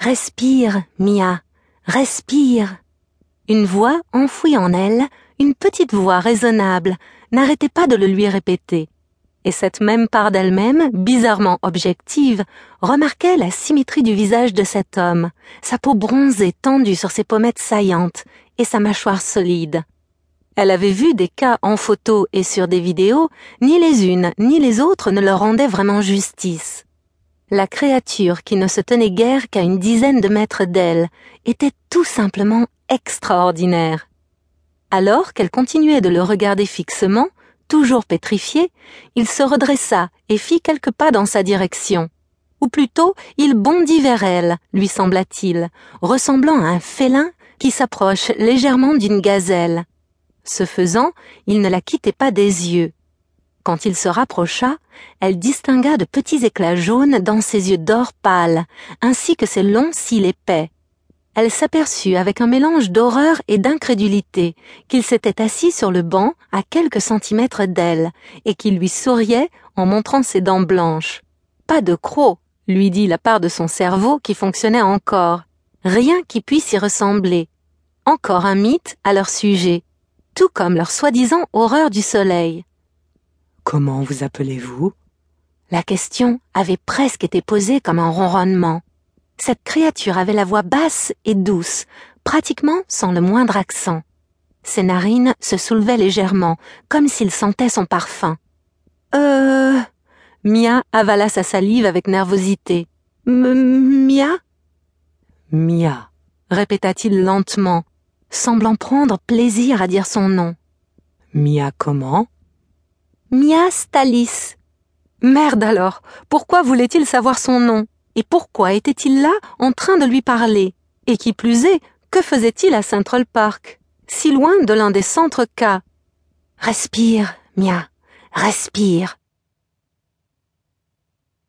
Respire, Mia, respire. » Une voix enfouie en elle, une petite voix raisonnable, n'arrêtait pas de le lui répéter. Et cette même part d'elle-même, bizarrement objective, remarquait la symétrie du visage de cet homme, sa peau bronzée tendue sur ses pommettes saillantes et sa mâchoire solide. Elle avait vu des cas en photo et sur des vidéos, ni les unes ni les autres ne leur rendaient vraiment justice. La créature qui ne se tenait guère qu'à une dizaine de mètres d'elle était tout simplement extraordinaire. Alors qu'elle continuait de le regarder fixement, toujours pétrifié, il se redressa et fit quelques pas dans sa direction. Ou plutôt, il bondit vers elle, lui sembla-t-il, ressemblant à un félin qui s'approche légèrement d'une gazelle. Ce faisant, il ne la quittait pas des yeux. Quand il se rapprocha, elle distingua de petits éclats jaunes dans ses yeux d'or pâle, ainsi que ses longs cils épais. Elle s'aperçut avec un mélange d'horreur et d'incrédulité qu'il s'était assis sur le banc à quelques centimètres d'elle et qu'il lui souriait en montrant ses dents blanches. « Pas de croc », lui dit la part de son cerveau qui fonctionnait encore. Rien qui puisse y ressembler. Encore un mythe à leur sujet, tout comme leur soi-disant horreur du soleil. « Comment vous appelez-vous » La question avait presque été posée comme un ronronnement. Cette créature avait la voix basse et douce, pratiquement sans le moindre accent. Ses narines se soulevaient légèrement, comme s'il sentait son parfum. Mia avala sa salive avec nervosité. Mia ? Mia, répéta-t-il lentement, semblant prendre plaisir à dire son nom. Mia comment ? Mia Stalis. Merde alors, pourquoi voulait-il savoir son nom ? Et pourquoi était-il là en train de lui parler? Et qui plus est, que faisait-il à Central Park, si loin de l'un des centres K? Respire, Mia, respire.